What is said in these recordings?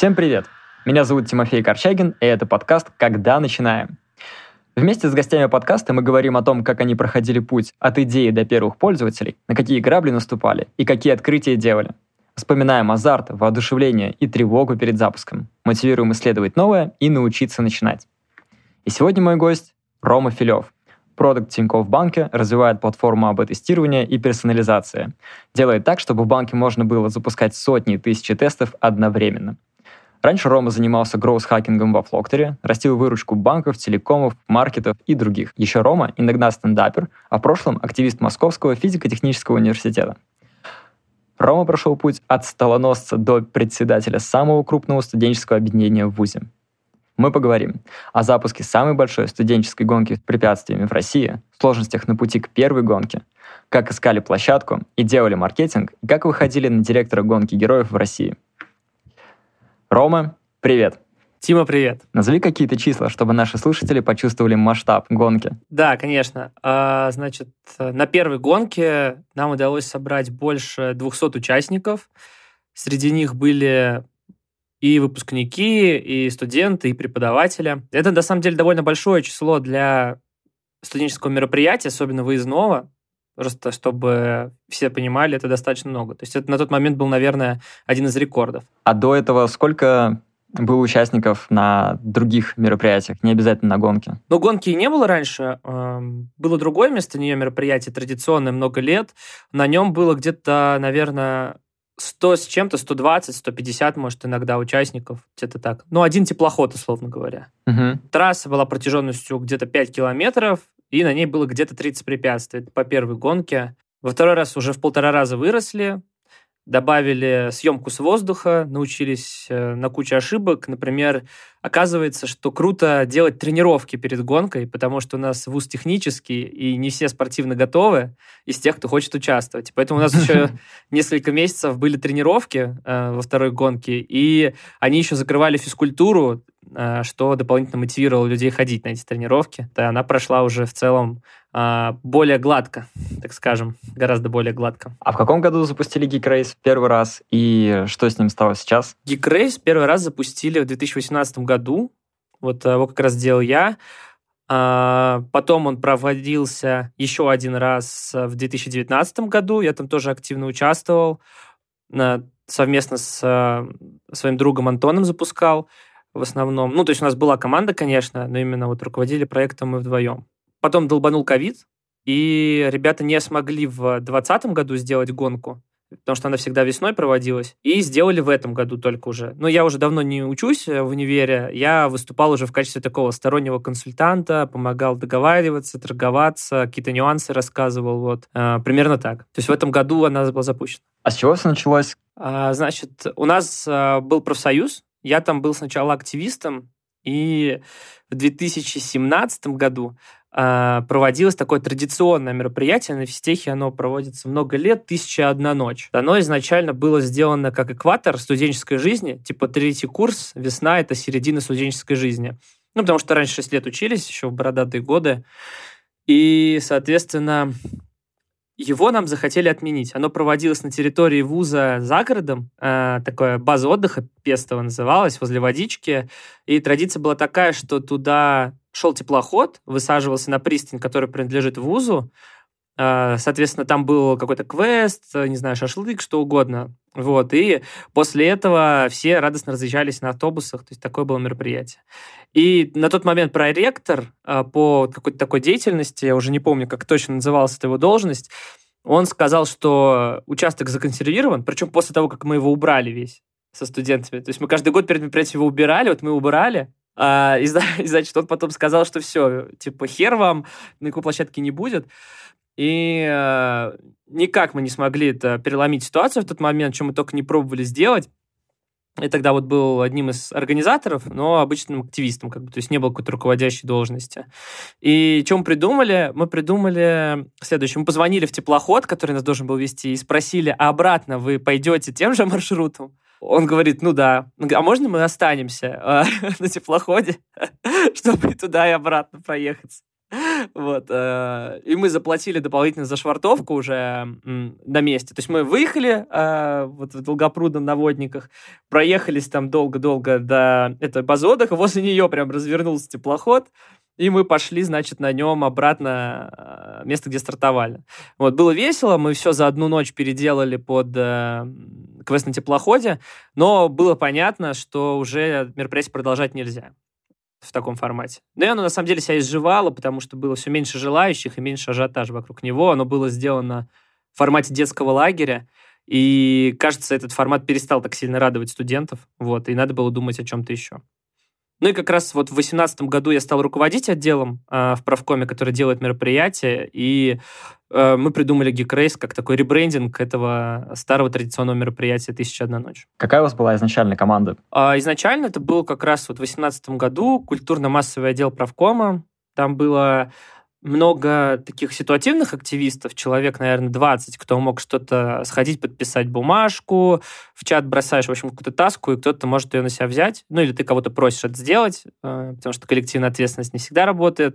Всем привет! Меня зовут Тимофей Корчагин, и это подкаст «Когда начинаем?». Вместе с гостями подкаста мы говорим о том, как они проходили путь от идеи до первых пользователей, на какие грабли наступали и какие открытия делали. Вспоминаем азарт, воодушевление и тревогу перед запуском. Мотивируем исследовать новое и научиться начинать. И сегодня мой гость Рома Филев. Продакт Тинькофф Банка развивает платформу АБ-тестирования и персонализации. Делает так, чтобы в банке можно было запускать сотни и тысячи тестов одновременно. Раньше Рома занимался гроус-хакингом во Флоктере, растил выручку банков, телекомов, маркетов и других. Еще Рома иногда стендапер, а в прошлом активист Московского физико-технического университета. Рома прошел путь от столоносца до председателя самого крупного студенческого объединения в ВУЗе. Мы поговорим о запуске самой большой студенческой гонки с препятствиями в России, сложностях на пути к первой гонке, как искали площадку и делали маркетинг, и как выходили на директора гонки героев в России. Рома, привет! Тима, привет! Назови какие-то числа, чтобы наши слушатели почувствовали масштаб гонки. Да, конечно. Значит, на первой гонке нам удалось собрать больше 200 участников. Среди них были и выпускники, и студенты, и преподаватели. Это, на самом деле, довольно большое число для студенческого мероприятия, особенно выездного. Просто чтобы все понимали, это достаточно много. То есть это на тот момент был, наверное, один из рекордов. А до этого сколько было участников на других мероприятиях, не обязательно на гонке? Ну, гонки и не было раньше. Было другое вместо нее мероприятие, традиционное, много лет. На нем было где-то, наверное, 100 с чем-то, 120, 150, может, иногда участников, где-то так. Ну, один теплоход, условно говоря. Угу. Трасса была протяженностью где-то 5 километров, и на ней было где-то 30 препятствий. Это по первой гонке. Во второй раз уже в 1,5 раза выросли, добавили съемку с воздуха, научились на кучу ошибок. Например, оказывается, что круто делать тренировки перед гонкой, потому что у нас вуз технический, и не все спортивно готовы из тех, кто хочет участвовать. Поэтому у нас еще несколько месяцев были тренировки во второй гонке, и они еще закрывали физкультуру, что дополнительно мотивировало людей ходить на эти тренировки. Она прошла уже в целом более гладко, так скажем, гораздо более гладко. А в каком году запустили Geek Race первый раз, и что с ним стало сейчас? Geek Race первый раз запустили в 2018 году, вот его как раз делал я. Потом он проводился еще один раз в 2019 году, я там тоже активно участвовал, совместно с своим другом Антоном запускал в основном. Ну, то есть у нас была команда, конечно, но именно вот руководили проектом мы вдвоем. Потом долбанул ковид, и ребята не смогли в 2020 году сделать гонку, потому что она всегда весной проводилась, и сделали в этом году только уже. Но я уже давно не учусь в универе, я выступал уже в качестве такого стороннего консультанта, помогал договариваться, торговаться, какие-то нюансы рассказывал, вот. Примерно так. То есть в этом году она была запущена. А с чего все началось? Значит, у нас был профсоюз, я там был сначала активистом, и в 2017 году проводилось такое традиционное мероприятие. На физтехе оно проводится много лет, 1001 ночь. Оно изначально было сделано как экватор студенческой жизни, типа 3-й курс, весна — это середина студенческой жизни. Ну, потому что раньше 6 лет учились, еще в бородатые годы. И, соответственно, его нам захотели отменить. Оно проводилось на территории вуза за городом, такая база отдыха, Пестово называлась, возле водички. И традиция была такая, что туда шел теплоход, высаживался на пристань, которая принадлежит вузу. Соответственно, там был какой-то квест, не знаю, шашлык, что угодно. Вот. И после этого все радостно разъезжались на автобусах. То есть такое было мероприятие. И на тот момент проректор по какой-то такой деятельности, я уже не помню, как точно называлась эта его должность, он сказал, что участок законсервирован, причем после того, как мы его убрали весь со студентами. То есть мы каждый год перед мероприятием его убирали, вот мы убрали, и значит, он потом сказал, что все, типа, хер вам, никакой площадки не будет. И никак мы не смогли это переломить ситуацию в тот момент, что мы только не пробовали сделать. Я тогда вот был одним из организаторов, но обычным активистом, как бы, то есть не было какой-то руководящей должности. И что мы придумали? Мы придумали следующее. Мы позвонили в теплоход, который нас должен был вести, и спросили, а обратно вы пойдете тем же маршрутом? Он говорит, ну да. А можно мы останемся на теплоходе, чтобы и туда, и обратно проехать? Вот. И мы заплатили дополнительно за швартовку уже на месте. То есть мы выехали вот в Долгопрудном на водниках, проехались там долго-долго до этой базы отдыха, возле нее прям развернулся теплоход, и мы пошли, значит, на нем обратно место, где стартовали. Вот, было весело, мы все за одну ночь переделали под квест на теплоходе, но было понятно, что уже мероприятие продолжать нельзя в таком формате. Но и оно, на самом деле, себя изживало, потому что было все меньше желающих и меньше ажиотажа вокруг него. Оно было сделано в формате детского лагеря, и, кажется, этот формат перестал так сильно радовать студентов, вот, и надо было думать о чем-то еще. Ну и как раз вот в 2018 году я стал руководить отделом в правкоме, который делает мероприятия, и мы придумали Geek Race как такой ребрендинг этого старого традиционного мероприятия «1001 ночь». Какая у вас была изначально команда? Изначально это был как раз вот в 2018 году культурно-массовый отдел правкома. Там было много таких ситуативных активистов, человек, наверное, 20, кто мог что-то сходить, подписать бумажку, в чат бросаешь, в общем, какую-то таску, и кто-то может ее на себя взять, ну или ты кого-то просишь это сделать, потому что коллективная ответственность не всегда работает.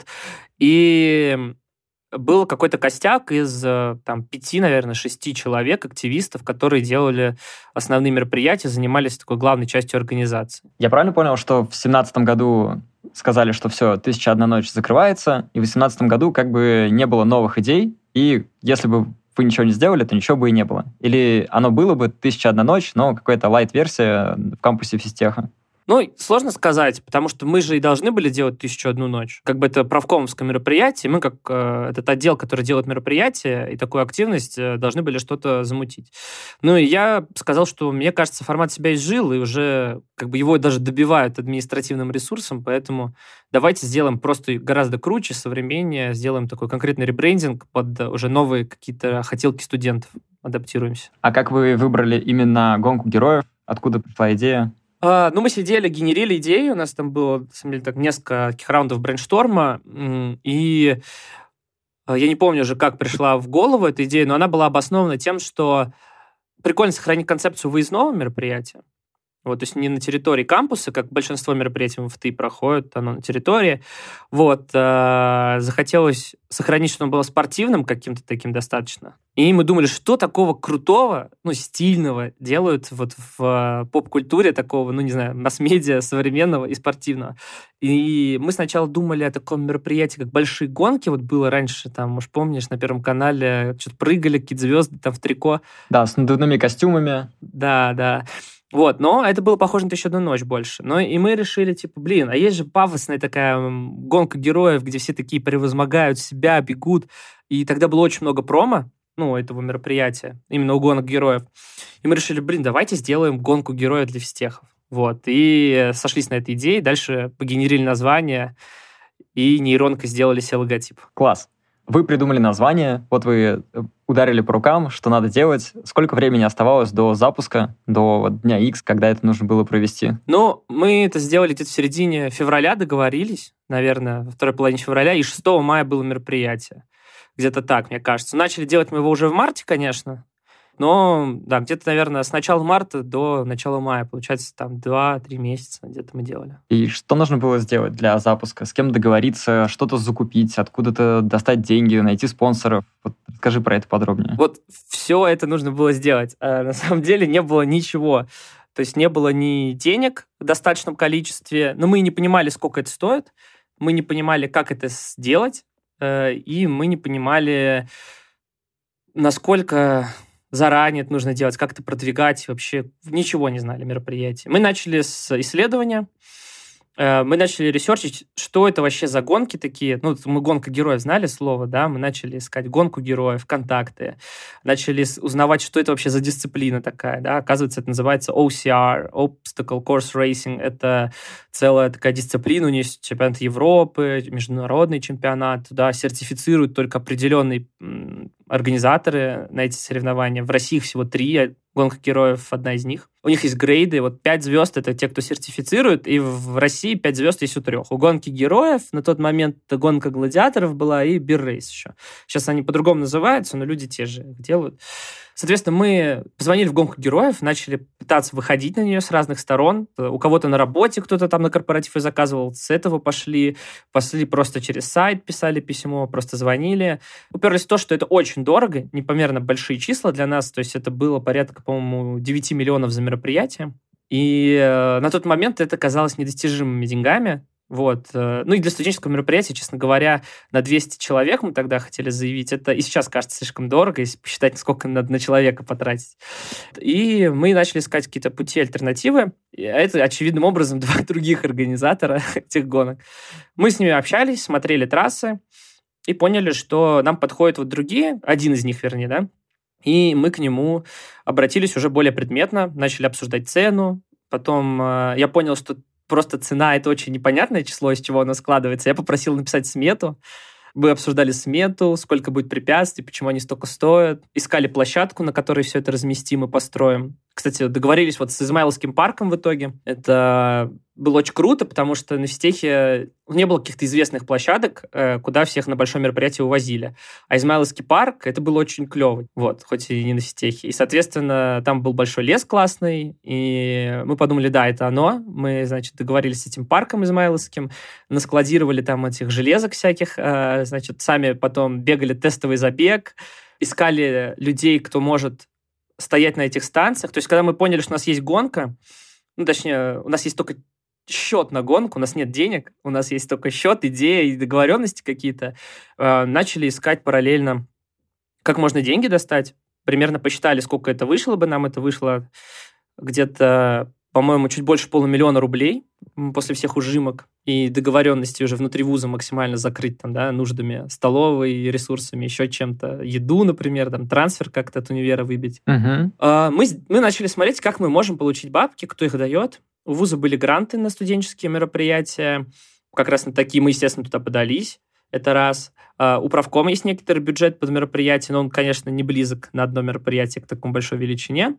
И был какой-то костяк из там 5, наверное, 6 человек, активистов, которые делали основные мероприятия, занимались такой главной частью организации. Я правильно понял, что в 2017 году сказали, что все, 1001 ночь закрывается, и в 2018 году как бы не было новых идей, и если бы вы ничего не сделали, то ничего бы и не было? Или оно было бы 1001 ночь, но какая-то лайт-версия в кампусе физтеха? Ну, сложно сказать, потому что мы же и должны были делать 1001 ночь. Как бы это правкомовское мероприятие, мы как этот отдел, который делает мероприятия и такую активность, должны были что-то замутить. Ну, и я сказал, что, мне кажется, формат себя изжил, и уже как бы его даже добивают административным ресурсом, поэтому давайте сделаем просто гораздо круче, современнее, сделаем такой конкретный ребрендинг под уже новые какие-то хотелки студентов, адаптируемся. А как вы выбрали именно гонку героев? Откуда пришла идея? Ну, мы сидели, генерили идеи, у нас там было, на самом деле, так, несколько таких раундов брейншторма, и я не помню уже, как пришла в голову эта идея, но она была обоснована тем, что прикольно сохранить концепцию выездного мероприятия. Вот, то есть не на территории кампуса, как большинство мероприятий в МФТИ проходит, оно на территории. Вот, захотелось сохранить, чтобы оно было спортивным каким-то таким достаточно. И мы думали, что такого крутого, ну, стильного делают вот в поп-культуре такого, ну, не знаю, масс-медиа современного и спортивного. И мы сначала думали о таком мероприятии, как большие гонки. Вот было раньше, там, может, помнишь, на Первом канале что-то прыгали, какие-то звезды там в трико. Да, с надувными костюмами. Да. Вот, но это было похоже на 1001 ночь больше. Но и мы решили, типа, блин, а есть же пафосная такая гонка героев, где все такие превозмогают себя, бегут. И тогда было очень много промо, ну, этого мероприятия, именно у гонок героев. И мы решили, блин, давайте сделаем гонку героев для физтехов. Вот, и сошлись на этой идее, дальше погенерили название, и нейронкой сделали себе логотип. Класс. Вы придумали название, вот вы ударили по рукам, что надо делать. Сколько времени оставалось до запуска, до дня X, когда это нужно было провести? Ну, мы это сделали где-то в середине февраля, договорились, наверное, во второй половине февраля, и 6 мая было мероприятие. Где-то так, мне кажется. Начали делать мы его уже в марте, конечно, но, да, где-то, наверное, с начала марта до начала мая, получается, там 2-3 месяца где-то мы делали. И что нужно было сделать для запуска? С кем договориться, что-то закупить, откуда-то достать деньги, найти спонсоров? Вот расскажи про это подробнее. Вот все это нужно было сделать. А на самом деле не было ничего. То есть не было ни денег в достаточном количестве, но мы не понимали, сколько это стоит, мы не понимали, как это сделать, и мы не понимали, насколько заранее это нужно делать, как это продвигать, вообще ничего не знали о мероприятии. Мы начали с исследования, мы начали ресерчить, что это вообще за гонки такие. Ну, мы гонка героев знали слово, да, мы начали искать гонку героев, контакты, начали узнавать, что это вообще за дисциплина такая, да, оказывается, это называется OCR, Obstacle Course Racing, это целая такая дисциплина, у нее есть чемпионат Европы, международный чемпионат, туда сертифицируют только определенные организаторы на эти соревнования. В России их всего 3, Гонка героев одна из них. У них есть грейды. Вот 5 звезд — это те, кто сертифицирует, и в России 5 звезд есть у 3. У гонки героев на тот момент гонка гладиаторов была и Бир-рейс еще. Сейчас они по-другому называются, но люди те же их делают. Соответственно, мы позвонили в гонку героев, начали пытаться выходить на нее с разных сторон. У кого-то на работе, кто-то там на корпоративе заказывал. С этого пошли просто через сайт, писали письмо, просто звонили. Уперлись в то, что это очень дорого, непомерно большие числа для нас. То есть это было порядка, по-моему, 9 миллионов за мероприятие. И на тот момент это казалось недостижимыми деньгами. Вот. Ну и для студенческого мероприятия, честно говоря, на 200 человек мы тогда хотели заявить. Это и сейчас кажется слишком дорого, если посчитать, сколько надо на человека потратить. И мы начали искать какие-то пути, альтернативы. А это, очевидным образом, 2 других организатора этих гонок. Мы с ними общались, смотрели трассы и поняли, что нам подходят вот другие, один из них, вернее, да. И мы к нему обратились уже более предметно, начали обсуждать цену. Потом я понял, что просто цена — это очень непонятное число, из чего оно складывается. Я попросил написать смету. Мы обсуждали смету, сколько будет препятствий, почему они столько стоят. Искали площадку, на которой все это разместим и построим. Кстати, договорились вот с Измайловским парком в итоге. Это было очень круто, потому что на физтехе не было каких-то известных площадок, куда всех на большое мероприятие увозили. А Измайловский парк — это было очень клево, вот, хоть и не на физтехе. И, соответственно, там был большой лес классный, и мы подумали, да, это оно. Мы, значит, договорились с этим парком измайловским, наскладировали там этих железок всяких, значит, сами потом бегали тестовый забег, искали людей, кто может стоять на этих станциях. То есть, когда мы поняли, что у нас есть гонка, ну, точнее, у нас есть только счет на гонку, у нас нет денег, у нас есть только счет, идея и договоренности какие-то, начали искать параллельно, как можно деньги достать. Примерно посчитали, сколько это вышло бы. Нам это вышло где-то, по-моему, чуть больше 500 000 рублей после всех ужимок и договоренности уже внутри вуза максимально закрыть там, да, нуждами столовой, ресурсами, еще чем-то, еду, например, там, трансфер как-то от универа выбить. Мы начали смотреть, как мы можем получить бабки, кто их дает. У вуза были гранты на студенческие мероприятия, как раз на такие мы, естественно, туда подались. Это раз. У правкома есть некоторый бюджет под мероприятие, но он, конечно, не близок на одно мероприятие к такой большой величине.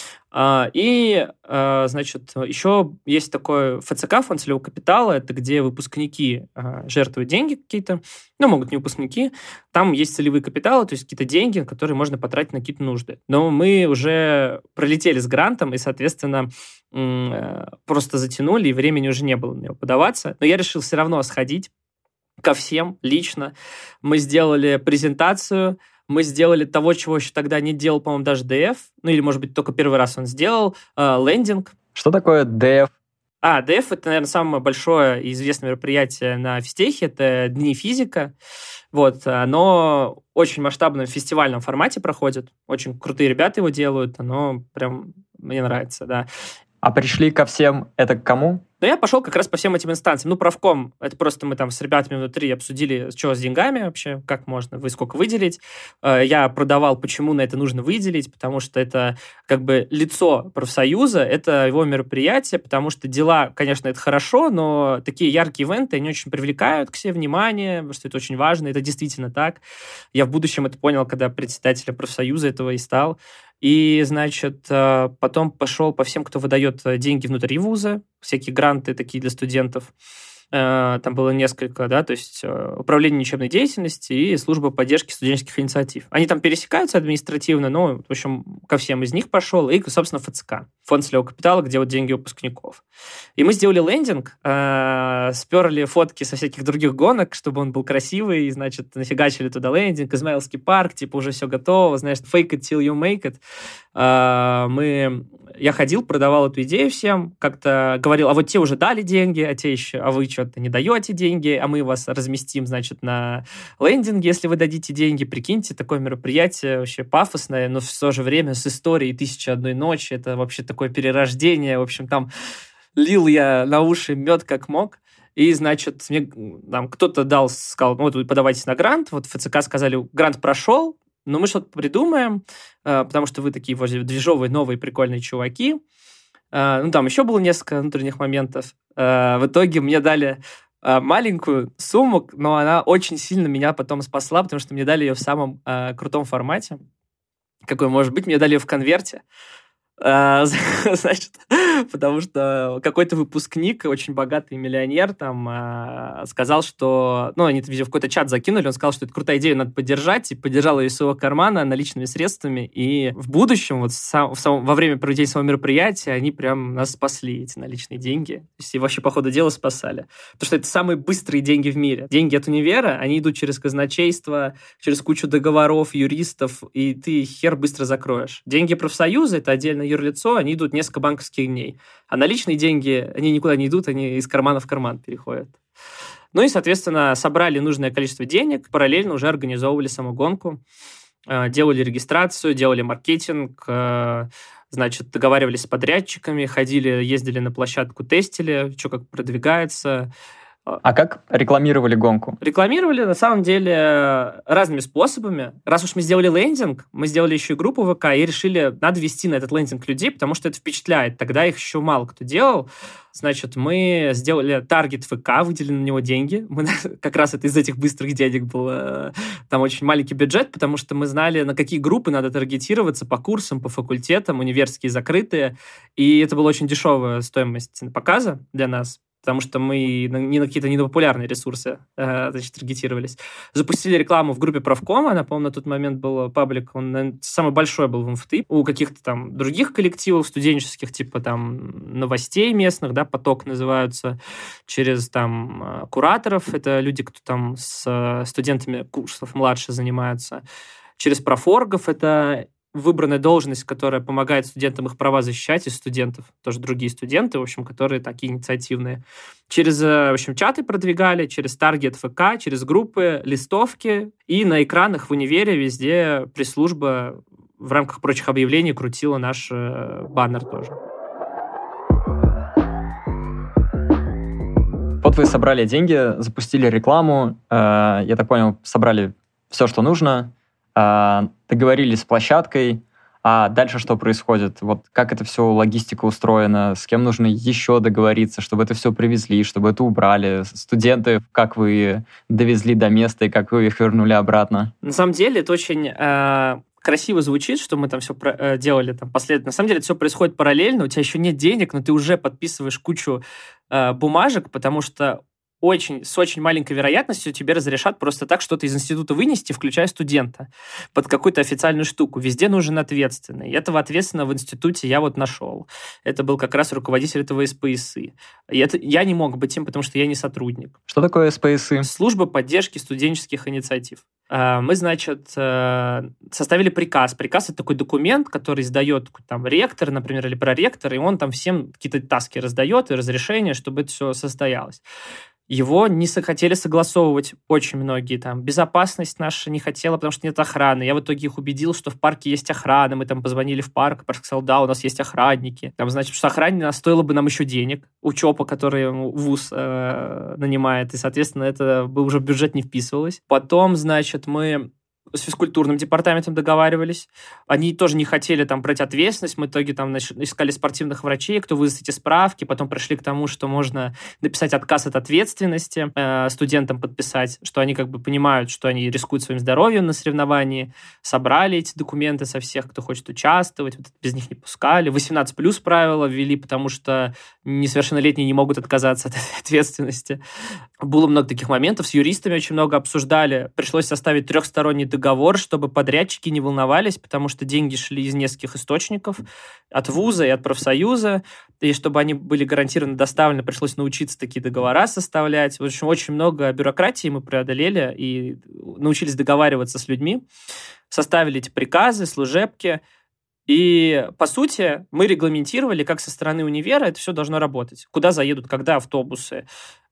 И, значит, еще есть такой ФЦК, фонд целевого капитала, это где выпускники жертвуют деньги какие-то, ну, могут не выпускники. Там есть целевые капиталы, то есть какие-то деньги, которые можно потратить на какие-то нужды. Но мы уже пролетели с грантом, и, соответственно, просто затянули, и времени уже не было на него подаваться. Но я решил все равно сходить ко всем лично. Мы сделали презентацию, мы сделали того, чего еще тогда не делал, по-моему, даже ДФ, ну или, может быть, только первый раз он сделал, лендинг. Что такое ДФ? ДФ — это, наверное, самое большое и известное мероприятие на физтехе, это Дни физика. Вот, оно очень масштабном фестивальном формате проходит, очень крутые ребята его делают, оно прям мне нравится, да. А пришли ко всем это к кому? Но я пошел как раз по всем этим инстанциям. Ну, правком, это просто мы там с ребятами внутри обсудили, что с деньгами вообще, как можно, сколько выделить. Я продавал, почему на это нужно выделить, потому что это как бы лицо профсоюза, это его мероприятие, потому что дела, конечно, это хорошо, но такие яркие ивенты, они очень привлекают к себе внимание, потому что это очень важно, это действительно так. Я в будущем это понял, когда председателем профсоюза этого и стал. И, значит, потом пошел по всем, кто выдает деньги внутри вуза, всякие гранты такие для студентов. Там было несколько, да, то есть управление учебной деятельности и служба поддержки студенческих инициатив. Они там пересекаются административно, но, в общем, ко всем из них пошел. И, собственно, ФЦК, фонд целевого капитала, где вот деньги выпускников. И мы сделали лендинг, сперли фотки со всяких других гонок, чтобы он был красивый, и, значит, нафигачили туда лендинг, Измайловский парк, типа, уже все готово, знаешь, fake it till you make it. Я ходил, продавал эту идею всем, как-то говорил, а вот те уже дали деньги, а те еще, а вы что-то не даете деньги, а мы вас разместим, значит, на лендинге, если вы дадите деньги. Прикиньте, такое мероприятие вообще пафосное, но в то же время с историей «1001 ночи». Это вообще такое перерождение. В общем, там лил я на уши мед как мог. И, значит, мне там кто-то сказал, вот вы подавайтесь на грант. Вот ФЦК сказали, грант прошел, но мы что-то придумаем, потому что вы такие движовые, новые, прикольные чуваки. Ну, там еще было несколько внутренних моментов. В итоге мне дали маленькую сумму, но она очень сильно меня потом спасла, потому что мне дали ее в самом крутом формате. Какой может быть? Мне дали ее в конверте. Значит, потому что какой-то выпускник, очень богатый миллионер, там сказал, что... Ну, они это в какой-то чат закинули, он сказал, что это крутая идея, надо поддержать, и поддержал ее из своего кармана наличными средствами, и в будущем, вот во время проведения самого мероприятия, они прям нас спасли, эти наличные деньги. То есть и вообще по ходу дела спасали. Потому что это самые быстрые деньги в мире. Деньги от универа, они идут через казначейство, через кучу договоров, юристов, и ты хер быстро закроешь. Деньги профсоюза, это отдельно юрлицо, они идут несколько банковских дней. А наличные деньги, они никуда не идут, они из кармана в карман переходят. Ну и, соответственно, собрали нужное количество денег, параллельно уже организовывали саму гонку, делали регистрацию, делали маркетинг, значит, договаривались с подрядчиками, ходили, ездили на площадку, тестили, что как продвигается. А как рекламировали гонку? Рекламировали, на самом деле, разными способами. Раз уж мы сделали лендинг, мы сделали еще и группу ВК и решили, надо вести на этот лендинг людей, потому что это впечатляет. Тогда их еще мало кто делал. Значит, мы сделали таргет ВК, выделили на него деньги. Мы, как раз это из этих быстрых денег был там очень маленький бюджет, потому что мы знали, на какие группы надо таргетироваться по курсам, по факультетам, университетские закрытые. И это была очень дешевая стоимость показа для нас, потому что мы не на какие-то недопопулярные ресурсы, значит, таргетировались. Запустили рекламу в группе профкома, она, по-моему, на тот момент был паблик, он, наверное, самый большой был в МФТИ. У каких-то там других коллективов студенческих, типа там новостей местных, да, поток называются, через там кураторов, это люди, кто там с студентами курсов младше занимаются, через профоргов, это выбранная должность, которая помогает студентам их права защищать, из студентов, тоже другие студенты, в общем, которые такие инициативные. Через, в общем, чаты продвигали, через таргет ВК, через группы, листовки, и на экранах в универе везде пресс-служба в рамках прочих объявлений крутила наш баннер тоже. Вот вы собрали деньги, запустили рекламу, я так понял, собрали все, что нужно, договорились с площадкой, а дальше что происходит? Вот как это все, логистика устроена, с кем нужно еще договориться, чтобы это все привезли, чтобы это убрали, студенты, как вы довезли до места и как вы их вернули обратно? На самом деле это очень красиво звучит, что мы там все делали там последовательно. На самом деле это все происходит параллельно, у тебя еще нет денег, но ты уже подписываешь кучу бумажек, потому что с очень маленькой вероятностью тебе разрешат просто так что-то из института вынести, включая студента, под какую-то официальную штуку. Везде нужен ответственный. И этого ответственного в институте я вот нашел. Это был как раз руководитель этого СПСИ. И я не мог быть им, потому что я не сотрудник. Что такое СПСИ? Служба поддержки студенческих инициатив. Мы, значит, составили приказ. Приказ — это такой документ, который издает там ректор, например, или проректор, и он там всем какие-то таски раздает и разрешения, чтобы это все состоялось. Его не хотели согласовывать очень многие. Там безопасность наша не хотела, потому что нет охраны. Я в итоге их убедил, что в парке есть охрана. Мы там позвонили в парк, парк сказал, да, у нас есть охранники. Там, значит, что охране стоило бы нам еще денег. Учеба, который вуз нанимает. И, соответственно, это бы уже в бюджет не вписывалось. Потом, значит, мы с физкультурным департаментом договаривались. Они тоже не хотели там брать ответственность. Мы в итоге там искали спортивных врачей, кто выдаст эти справки. Потом пришли к тому, что можно написать отказ от ответственности, студентам подписать, что они как бы понимают, что они рискуют своим здоровьем на соревновании. Собрали эти документы со всех, кто хочет участвовать. Вот без них не пускали. 18+ правила ввели, потому что несовершеннолетние не могут отказаться от этой ответственности. Было много таких моментов. С юристами очень много обсуждали. Пришлось составить 3-сторонний договор, чтобы подрядчики не волновались, потому что деньги шли из нескольких источников, от вуза и от профсоюза, и чтобы они были гарантированно доставлены, пришлось научиться такие договора составлять. В общем, очень много бюрократии мы преодолели и научились договариваться с людьми, составили эти приказы, служебки, и, по сути, мы регламентировали, как со стороны универа это все должно работать. Куда заедут, когда автобусы,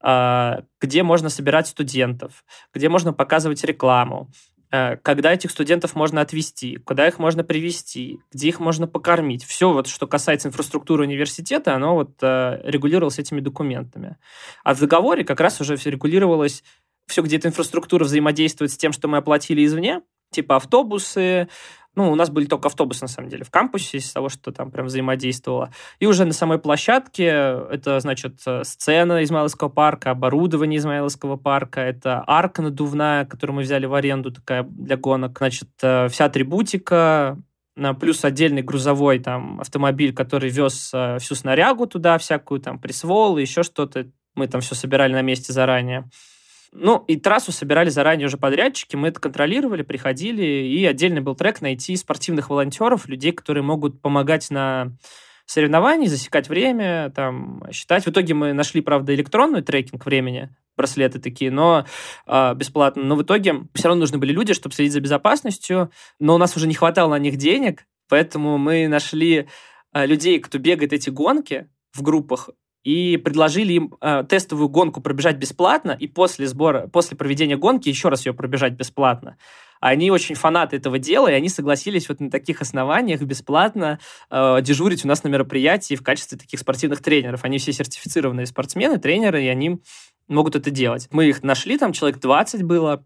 где можно собирать студентов, где можно показывать рекламу, когда этих студентов можно отвезти, куда их можно привезти, где их можно покормить. Все, вот, что касается инфраструктуры университета, оно вот регулировалось этими документами. А в договоре как раз уже все регулировалось, все, где эта инфраструктура взаимодействует с тем, что мы оплатили извне, типа автобусы. Ну, у нас были только автобусы, на самом деле, в кампусе, из того, что там прям взаимодействовало. И уже на самой площадке это, значит, сцена Измайловского парка, оборудование Измайловского парка, это арка надувная, которую мы взяли в аренду, такая для гонок. Значит, вся атрибутика, плюс отдельный грузовой там автомобиль, который вез всю снарягу туда, всякую там присвол, еще что-то. Мы там все собирали на месте заранее. Ну, и трассу собирали заранее уже подрядчики, мы это контролировали, приходили, и отдельный был трек найти спортивных волонтеров, людей, которые могут помогать на соревнований, засекать время, там, считать. В итоге мы нашли, правда, электронный трекинг времени, браслеты такие, но бесплатно. Но в итоге все равно нужны были люди, чтобы следить за безопасностью, но у нас уже не хватало на них денег, поэтому мы нашли людей, кто бегает эти гонки в группах, и предложили им тестовую гонку пробежать бесплатно, и после проведения гонки еще раз ее пробежать бесплатно. Они очень фанаты этого дела, и они согласились вот на таких основаниях бесплатно дежурить у нас на мероприятии в качестве таких спортивных тренеров. Они все сертифицированные спортсмены, тренеры, и они могут это делать. Мы их нашли, там человек 20 было,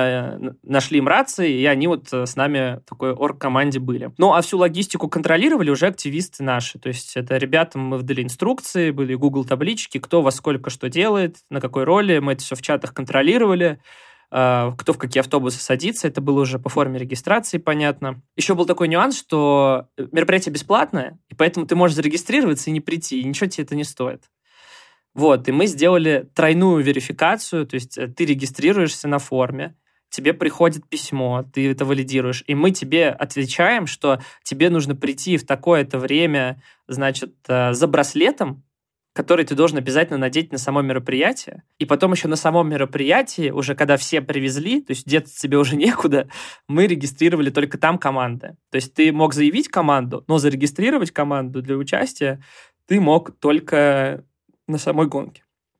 нашли им рации, и они вот с нами в такой оргкоманде были. Ну, а всю логистику контролировали уже активисты наши. То есть это ребятам мы выдали инструкции, были Google таблички, кто во сколько что делает, на какой роли. Мы это все в чатах контролировали, кто в какие автобусы садится. Это было уже по форме регистрации, понятно. Еще был такой нюанс, что мероприятие бесплатное, и поэтому ты можешь зарегистрироваться и не прийти, и ничего тебе это не стоит. Вот, и мы сделали тройную верификацию, то есть ты регистрируешься на форме, тебе приходит письмо, ты это валидируешь, и мы тебе отвечаем, что тебе нужно прийти в такое-то время, значит, за браслетом, который ты должен обязательно надеть на само мероприятие, и потом еще на самом мероприятии, уже когда все привезли, то есть деться тебе уже некуда, мы регистрировали только там команды. То есть ты мог заявить команду, но зарегистрировать команду для участия ты мог только на самой гонке.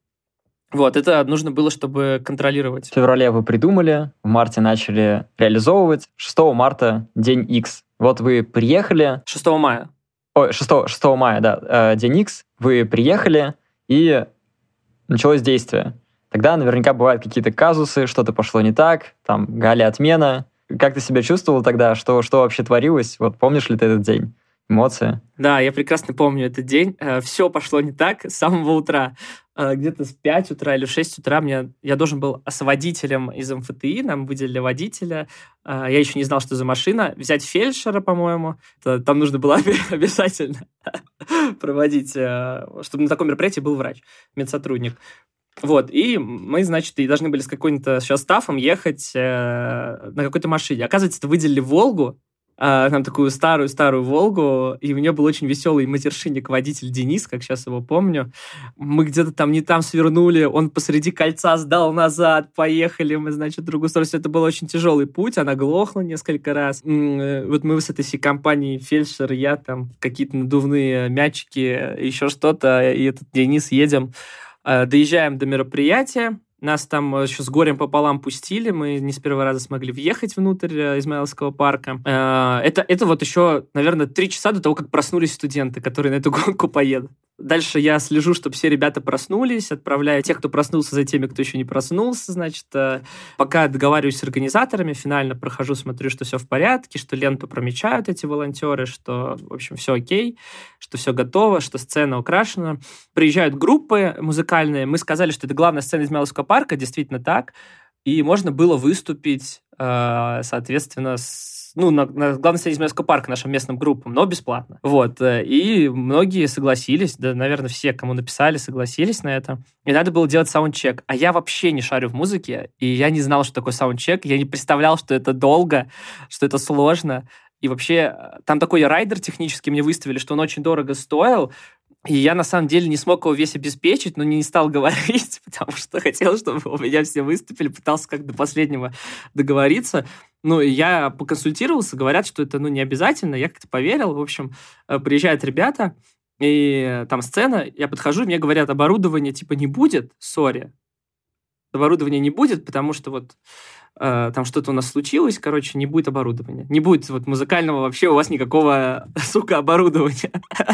Вот, это нужно было, чтобы контролировать. В феврале вы придумали, в марте начали реализовывать, 6 марта день X. Вот вы приехали... 6 мая. Ой, 6 мая, да, день X. Вы приехали, и началось действие. Тогда наверняка бывают какие-то казусы, что-то пошло не так, там, Галя отмена. Как ты себя чувствовал тогда? Что вообще творилось? Вот помнишь ли ты этот день? Эмоции? Да, я прекрасно помню этот день. Все пошло не так с самого утра. Где-то с 5 утра или в 6 утра я должен был с водителем из МФТИ, нам выделили водителя. Я еще не знал, что за машина. Взять фельдшера, по-моему. Там нужно было обязательно проводить, чтобы на таком мероприятии был врач, медсотрудник. Вот, и мы, значит, и должны были с каким-то сейчас стафом ехать на какой-то машине. Оказывается, это выделили «Волгу», нам такую старую «Волгу», и у нее был очень веселый матершинник-водитель Денис, как сейчас его помню. Мы где-то там не там свернули, он посреди кольца сдал назад, поехали мы, значит, в другую сторону. Это был очень тяжелый путь, она глохла несколько раз. Вот мы с этой всей компанией, фельдшер, я, там, какие-то надувные мячики, еще что-то, и этот Денис едем, доезжаем до мероприятия. Нас там еще с горем пополам пустили, мы не с первого раза смогли въехать внутрь Измайловского парка. Это вот еще, наверное, 3 часа до того, как проснулись студенты, которые на эту гонку поедут. Дальше я слежу, чтобы все ребята проснулись, отправляю тех, кто проснулся, за теми, кто еще не проснулся, значит. Пока договариваюсь с организаторами, финально прохожу, смотрю, что все в порядке, что ленту промечают эти волонтеры, что, в общем, все окей, что все готово, что сцена украшена. Приезжают группы музыкальные, мы сказали, что это главная сцена Измайловского парка, действительно так, и можно было выступить, соответственно, на главной сцене Измайловского парка нашим местным группам, но бесплатно. Вот. И многие согласились, да, наверное, все, кому написали, согласились на это. И надо было делать саундчек. А я вообще не шарю в музыке, и я не знал, что такое саундчек. Я не представлял, что это долго, что это сложно. И вообще, там такой райдер технический мне выставили, что он очень дорого стоил. И я, на самом деле, не смог его весь обеспечить, но не стал говорить, потому что хотел, чтобы у меня все выступили, пытался как до последнего договориться. Ну, и я поконсультировался, говорят, что это, не обязательно, я как-то поверил. В общем, приезжают ребята, и там сцена, я подхожу, мне говорят, оборудования типа не будет, сори. Оборудования не будет, потому что вот там что-то у нас случилось, короче, не будет оборудования. Не будет вот музыкального вообще у вас никакого, сука, оборудования.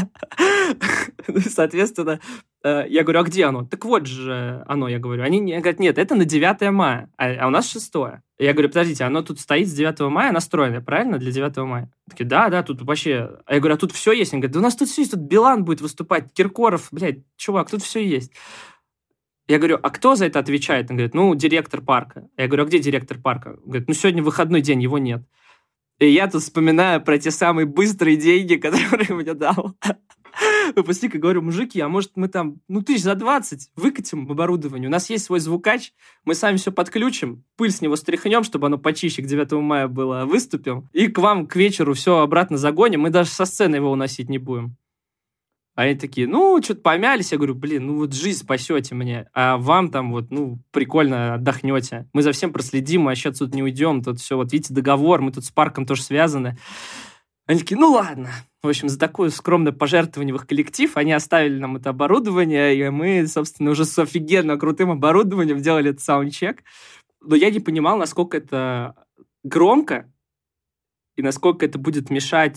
Соответственно, я говорю, а где оно? Так вот же оно, я говорю. Они говорят, нет, это на 9 мая, а у нас 6. Я говорю, подождите, оно тут стоит с 9 мая, настроенное, правильно, для 9 мая? Такие, да, тут вообще... А я говорю, а тут все есть? Они говорят, да у нас тут все есть, тут Билан будет выступать, Киркоров, блядь, чувак, тут все есть. Я говорю, а кто за это отвечает? Он говорит, директор парка. Я говорю, а где директор парка? Он говорит, сегодня выходной день, его нет. И я тут вспоминаю про те самые быстрые деньги, которые мне дал выпускник, и говорю: мужики, а может мы там, 20 выкатим оборудование, у нас есть свой звукач, мы сами все подключим, пыль с него стряхнем, чтобы оно почище к 9 мая было, выступим, и к вам к вечеру все обратно загоним, мы даже со сцены его уносить не будем. А они такие: что-то помялись. Я говорю: жизнь спасете мне, а вам там прикольно отдохнете. Мы за всем проследим, мы вообще отсюда не уйдем. Тут все, видите, договор, мы тут с парком тоже связаны. Они такие: ладно. В общем, за такое скромное пожертвование в их коллектив они оставили нам это оборудование, и мы, собственно, уже с офигенно крутым оборудованием делали этот саундчек. Но я не понимал, насколько это громко и насколько это будет мешать...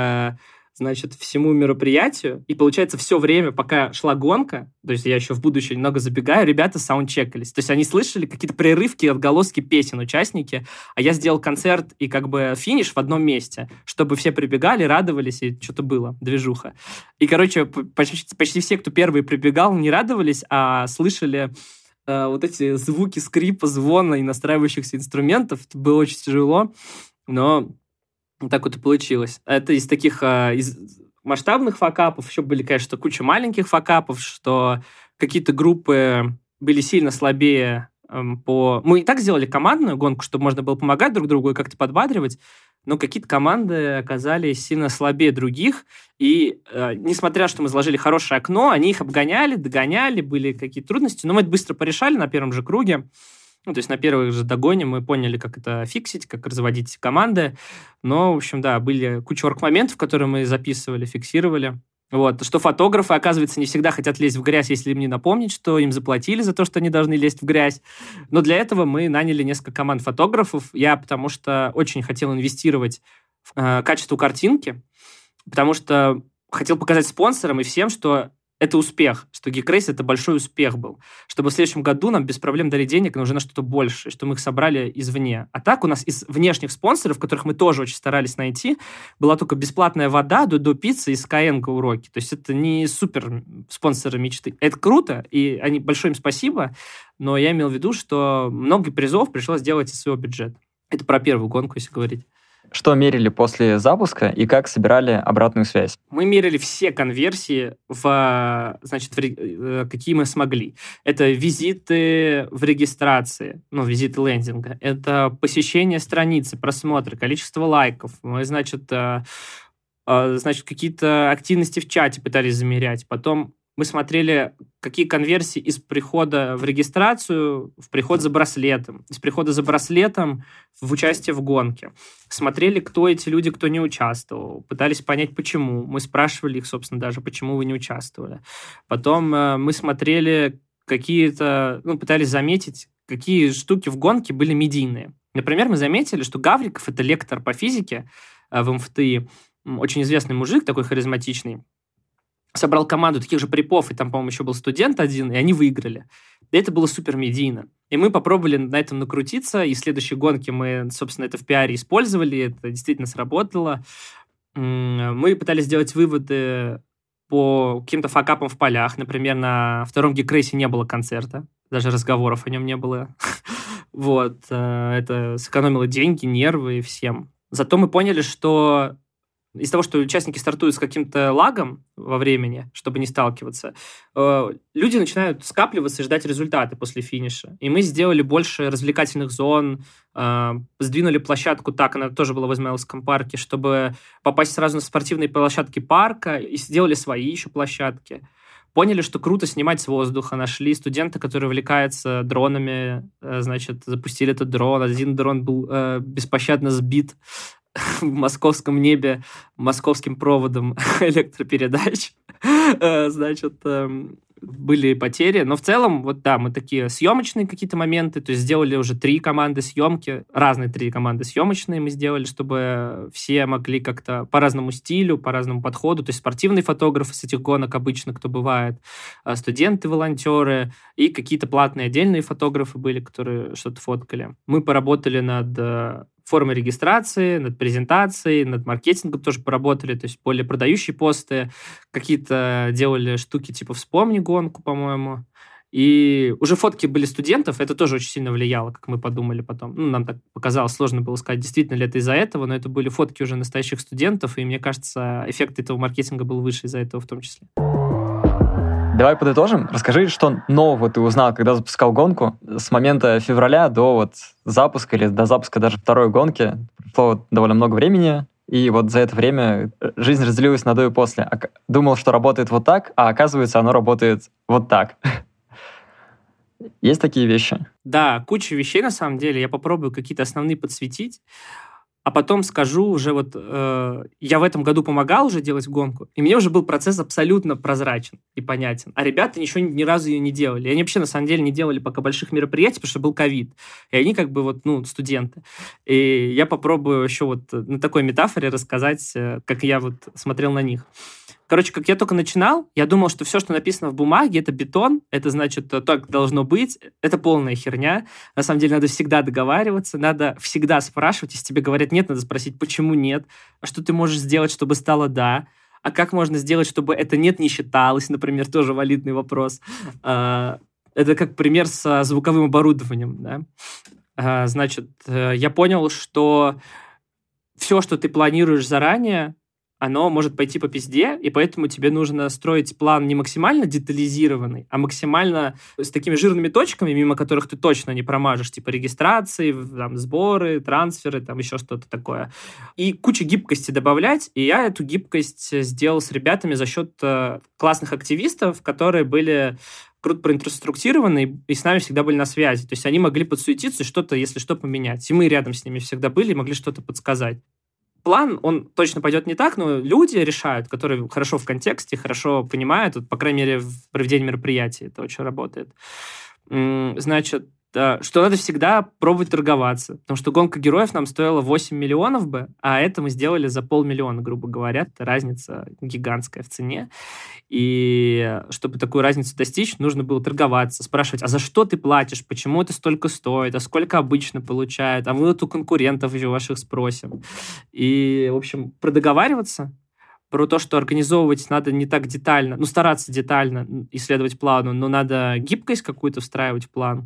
всему мероприятию. И, получается, все время, пока шла гонка, то есть я еще в будущее немного забегаю, ребята саундчекались. То есть они слышали какие-то прерывки, отголоски песен, участники, а я сделал концерт и финиш в одном месте, чтобы все прибегали, радовались, и что-то было, движуха. И, почти все, кто первые прибегал, не радовались, а слышали эти звуки скрипа, звона и настраивающихся инструментов. Это было очень тяжело, но... Так вот и получилось. Это из таких из масштабных факапов. Еще были, конечно, куча маленьких факапов, что какие-то группы были сильно слабее Мы и так сделали командную гонку, чтобы можно было помогать друг другу и как-то подбадривать, но какие-то команды оказались сильно слабее других, и несмотря, что мы заложили хорошее окно, они их обгоняли, догоняли, были какие-то трудности, но мы это быстро порешали на первом же круге. То есть на первых же догоне мы поняли, как это фиксить, как разводить команды. Но, в общем, да, были куча орг-моментов, которые мы записывали, фиксировали. Что фотографы, оказывается, не всегда хотят лезть в грязь, если им не напомнить, что им заплатили за то, что они должны лезть в грязь. Но для этого мы наняли несколько команд фотографов. Я потому что очень хотел инвестировать в качество картинки, потому что хотел показать спонсорам и всем, что это успех, что Geekrace — это большой успех был. Чтобы в следующем году нам без проблем дали денег, но уже на что-то большее, что мы их собрали извне. А так у нас из внешних спонсоров, которых мы тоже очень старались найти, была только бесплатная вода, до пиццы и Skyeng уроки. То есть это не супер спонсоры мечты. Это круто, и большое им спасибо, но я имел в виду, что много призов пришлось делать из своего бюджета. Это про первую гонку, если говорить. Что мерили после запуска и как собирали обратную связь? Мы мерили все конверсии, какие мы смогли. Это визиты в регистрации, визиты лендинга. Это посещение страницы, просмотры, количество лайков. Мы, какие-то активности в чате пытались замерять. Потом мы смотрели, какие конверсии из прихода в регистрацию в приход за браслетом, из прихода за браслетом в участие в гонке. Смотрели, кто эти люди, кто не участвовал. Пытались понять, почему. Мы спрашивали их, собственно, даже, почему вы не участвовали. Потом мы смотрели пытались заметить, какие штуки в гонке были медийные. Например, мы заметили, что Гавриков, это лектор по физике в МФТИ, очень известный мужик, такой харизматичный, собрал команду таких же препов, и там, по-моему, еще был студент один, и они выиграли. И это было супер медийно. И мы попробовали на этом накрутиться, и в следующей гонке мы, собственно, это в пиаре использовали, это действительно сработало. Мы пытались сделать выводы по каким-то факапам в полях. Например, на втором Geekrace не было концерта, даже разговоров о нем не было. Это сэкономило деньги, нервы и всем. Зато мы поняли, что из-за того, что участники стартуют с каким-то лагом во времени, чтобы не сталкиваться, люди начинают скапливаться и ждать результаты после финиша. И мы сделали больше развлекательных зон, сдвинули площадку так, она тоже была в Измайловском парке, чтобы попасть сразу на спортивные площадки парка, и сделали свои еще площадки. Поняли, что круто снимать с воздуха. Нашли студента, который увлекается дронами, запустили этот дрон. Один дрон был беспощадно сбит в московском небе московским проводом электропередач. Были потери. Но в целом, мы такие съемочные какие-то моменты, то есть сделали уже 3 команды съемки, разные 3 команды съемочные мы сделали, чтобы все могли как-то по разному стилю, по разному подходу, то есть спортивные фотографы с этих гонок обычно, кто бывает, студенты, волонтеры и какие-то платные отдельные фотографы были, которые что-то фоткали. Мы поработали над формы регистрации, над презентацией, над маркетингом тоже поработали, то есть более продающие посты, какие-то делали штуки типа «Вспомни гонку», по-моему, И уже фотки были студентов, это тоже очень сильно влияло, как мы подумали потом. Нам так показалось, сложно было сказать, действительно ли это из-за этого, но это были фотки уже настоящих студентов, и мне кажется, эффект этого маркетинга был выше из-за этого в том числе. Давай подытожим. Расскажи, что нового ты узнал, когда запускал гонку. С момента февраля до запуска или до запуска даже второй гонки прошло довольно много времени, и за это время жизнь разделилась на до и после. Думал, что работает вот так, а оказывается, оно работает вот так. Есть такие вещи? Да, куча вещей на самом деле. Я попробую какие-то основные подсветить, а потом скажу уже я в этом году помогал уже делать гонку, и мне уже был процесс абсолютно прозрачен и понятен. А ребята ни разу ее не делали. И они вообще на самом деле не делали пока больших мероприятий, потому что был ковид. И они студенты. И я попробую еще на такой метафоре рассказать, как я смотрел на них. Короче, как я только начинал, я думал, что все, что написано в бумаге, это бетон, это значит, так должно быть, это полная херня. На самом деле надо всегда договариваться, надо всегда спрашивать. Если тебе говорят нет, надо спросить, почему нет, а что ты можешь сделать, чтобы стало да, а как можно сделать, чтобы это нет не считалось, например, тоже валидный вопрос. Это как пример со звуковым оборудованием. Да? Значит, я понял, что все, что ты планируешь заранее, оно может пойти по пизде, и поэтому тебе нужно строить план не максимально детализированный, а максимально с такими жирными точками, мимо которых ты точно не промажешь, типа регистрации, сборы, трансферы, еще что-то такое. И кучу гибкости добавлять, и я эту гибкость сделал с ребятами за счет классных активистов, которые были круто проинфраструктированы, и с нами всегда были на связи. То есть они могли подсуетиться и что-то, если что, поменять. И мы рядом с ними всегда были и могли что-то подсказать. План, он точно пойдет не так, но люди решают, которые хорошо в контексте, хорошо понимают, по крайней мере, в проведении мероприятий это очень работает. Значит, что надо всегда пробовать торговаться, потому что гонка героев нам стоила 8 миллионов бы, а это мы сделали за 500 000, грубо говоря. Это разница гигантская в цене. И чтобы такую разницу достичь, нужно было торговаться, спрашивать, а за что ты платишь, почему это столько стоит, а сколько обычно получают, а мы у конкурентов еще ваших спросим. И, в общем, продоговариваться, про то, что организовывать надо не так детально, стараться детально исследовать плану, но надо гибкость какую-то встраивать в план.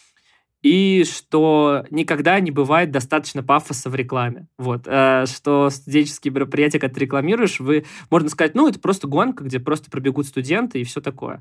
И что никогда не бывает достаточно пафоса в рекламе. Что студенческие мероприятия, когда ты рекламируешь, можно сказать, это просто гонка, где просто пробегут студенты и все такое.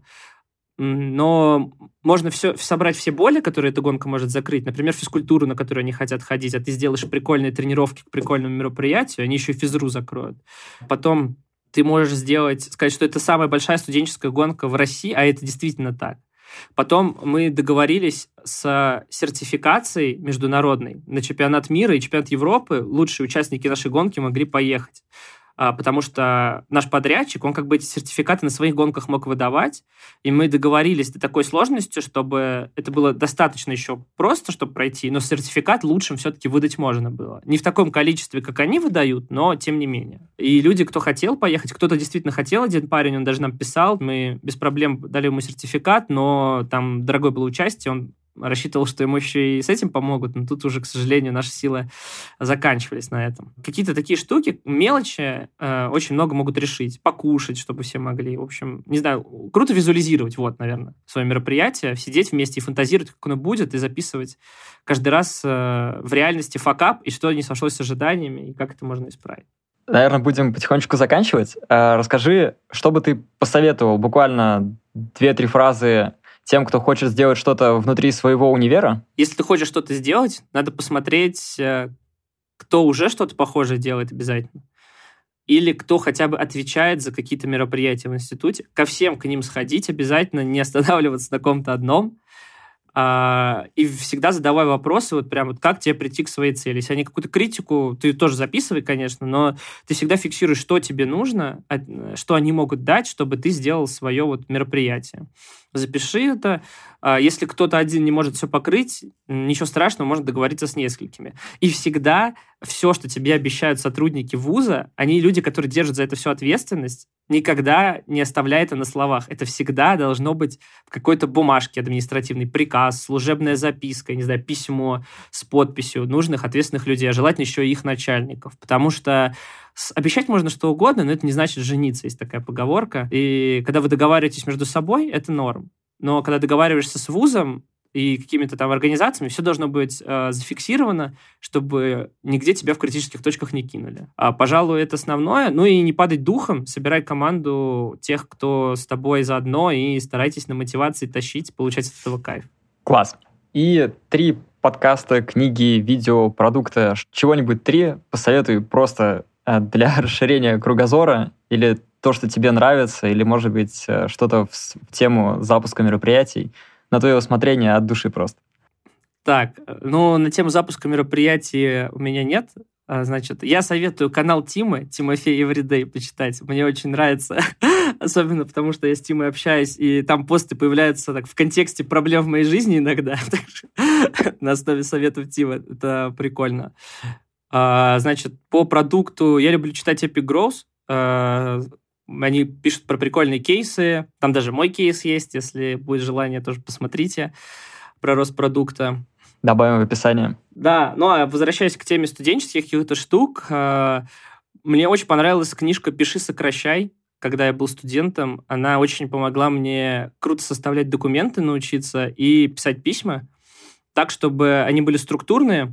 Но можно собрать все боли, которые эта гонка может закрыть. Например, физкультуру, на которую они хотят ходить, а ты сделаешь прикольные тренировки к прикольному мероприятию, они еще и физру закроют. Потом ты можешь сказать, что это самая большая студенческая гонка в России, а это действительно так. Потом мы договорились с сертификацией международной на чемпионат мира и чемпионат Европы. Лучшие участники нашей гонки могли поехать. Потому что наш подрядчик, он эти сертификаты на своих гонках мог выдавать, и мы договорились до такой сложности, чтобы это было достаточно еще просто, чтобы пройти, но сертификат лучшим все-таки выдать можно было. Не в таком количестве, как они выдают, но тем не менее. И люди, кто хотел поехать, кто-то действительно хотел, один парень, он даже нам писал, мы без проблем дали ему сертификат, но там дорогое было участие, он рассчитывал, что ему еще и с этим помогут, но тут уже, к сожалению, наши силы заканчивались на этом. Какие-то такие штуки, мелочи, очень много могут решить. Покушать, чтобы все могли. В общем, не знаю, круто визуализировать, наверное, свое мероприятие, сидеть вместе и фантазировать, как оно будет, и записывать каждый раз в реальности факап, и что не сошлось с ожиданиями, и как это можно исправить. Наверное, будем потихонечку заканчивать. Расскажи, что бы ты посоветовал, буквально 2-3 фразы тем, кто хочет сделать что-то внутри своего универа? Если ты хочешь что-то сделать, надо посмотреть, кто уже что-то похожее делает обязательно. Или кто хотя бы отвечает за какие-то мероприятия в институте. Ко всем к ним сходить обязательно, не останавливаться на ком-то одном. И всегда задавай вопросы, как тебе прийти к своей цели. Если они какую-то критику, ты тоже записывай, конечно, но ты всегда фиксируешь, что тебе нужно, что они могут дать, чтобы ты сделал свое мероприятие. Запиши это. Если кто-то один не может все покрыть, ничего страшного, можно договориться с несколькими. И всегда все, что тебе обещают сотрудники вуза, они люди, которые держат за это всю ответственность, никогда не оставляй это на словах. Это всегда должно быть в какой-то бумажке, административный приказ, служебная записка, не знаю, письмо с подписью нужных ответственных людей, а желательно еще и их начальников. Потому что обещать можно что угодно, но это не значит жениться, есть такая поговорка. И когда вы договариваетесь между собой, это норм. но когда договариваешься с вузом и какими-то там организациями, все должно быть зафиксировано, чтобы нигде тебя в критических точках не кинули. Пожалуй, это основное. Ну и не падать духом, собирай команду тех, кто с тобой заодно, и старайтесь на мотивации тащить, получать от этого кайф. Класс. И 3 подкаста, книги, видео, продукта, чего-нибудь 3 посоветуй просто для расширения кругозора, или то, что тебе нравится, или, может быть, что-то в тему запуска мероприятий, на твое усмотрение от души просто. Так, на тему запуска мероприятий у меня нет. Значит, я советую канал Тимы, Тимофей Everyday, почитать. Мне очень нравится, особенно потому, что я с Тимой общаюсь, и там посты появляются так в контексте проблем в моей жизни иногда. На основе советов Тимы. Это прикольно. Значит, по продукту я люблю читать Epic Growth. Они пишут про прикольные кейсы. Там даже мой кейс есть. Если будет желание, тоже посмотрите про рост продукта. Добавим в описание. Да, возвращаясь к теме студенческих каких-то штук, мне очень понравилась книжка «Пиши, сокращай». Когда я был студентом, она очень помогла мне круто составлять документы, научиться и писать письма так, чтобы они были структурные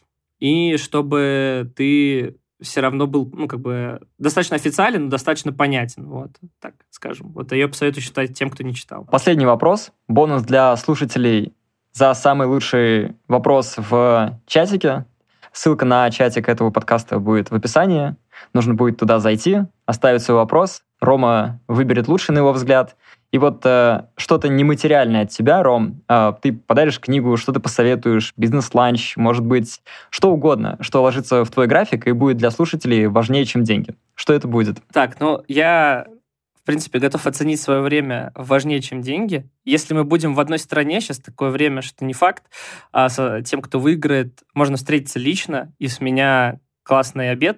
и чтобы ты все равно был, достаточно официален, но достаточно понятен, вот, так скажем. Вот ее посоветую читать тем, кто не читал. Последний вопрос. Бонус для слушателей за самый лучший вопрос в чатике. Ссылка на чатик этого подкаста будет в описании. Нужно будет туда зайти, оставить свой вопрос. Рома выберет лучший, на его взгляд. И вот что-то нематериальное от тебя, Ром, ты подаришь книгу, что ты посоветуешь, бизнес-ланч, может быть, что угодно, что ложится в твой график и будет для слушателей важнее, чем деньги. Что это будет? Так, я, в принципе, готов оценить свое время важнее, чем деньги. Если мы будем в одной стране, сейчас такое время, что не факт, а с тем, кто выиграет, можно встретиться лично, и с меня классный обед,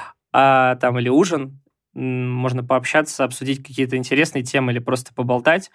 или ужин, можно пообщаться, обсудить какие-то интересные темы или просто поболтать.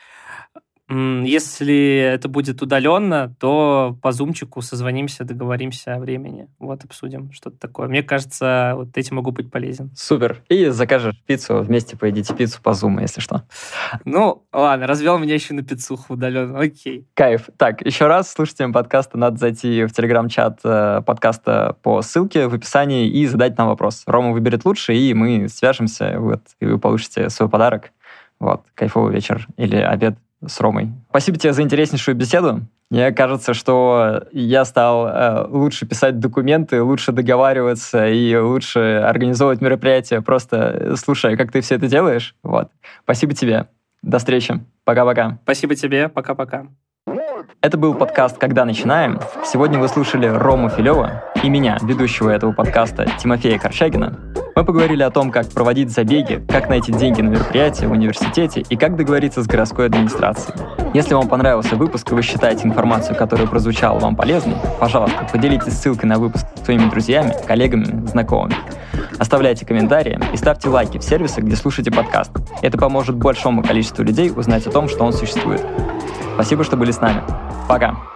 Если это будет удаленно, то по зумчику созвонимся, договоримся о времени. Вот, обсудим что-то такое. Мне кажется, вот этим могу быть полезен. Супер. И закажешь пиццу, вместе поедите пиццу по зуму, если что. Ладно, развел меня еще на пиццуху удаленно. Окей. Кайф. Так, еще раз слушателям подкаста надо зайти в телеграм-чат подкаста по ссылке в описании и задать нам вопрос. Рома выберет лучше, и мы свяжемся, и вы получите свой подарок. Кайфовый вечер или обед с Ромой. Спасибо тебе за интереснейшую беседу. Мне кажется, что я стал лучше писать документы, лучше договариваться и лучше организовывать мероприятия, просто слушая, как ты все это делаешь. Спасибо тебе. До встречи. Пока-пока. Спасибо тебе. Пока-пока. Это был подкаст «Когда начинаем?». Сегодня вы слушали Рому Филева и меня, ведущего этого подкаста, Тимофея Корчагина. Мы поговорили о том, как проводить забеги, как найти деньги на мероприятия в университете и как договориться с городской администрацией. Если вам понравился выпуск и вы считаете информацию, которая прозвучала, вам полезной, пожалуйста, поделитесь ссылкой на выпуск с своими друзьями, коллегами, знакомыми. Оставляйте комментарии и ставьте лайки в сервисах, где слушаете подкаст. Это поможет большому количеству людей узнать о том, что он существует. Спасибо, что были с нами. Пока!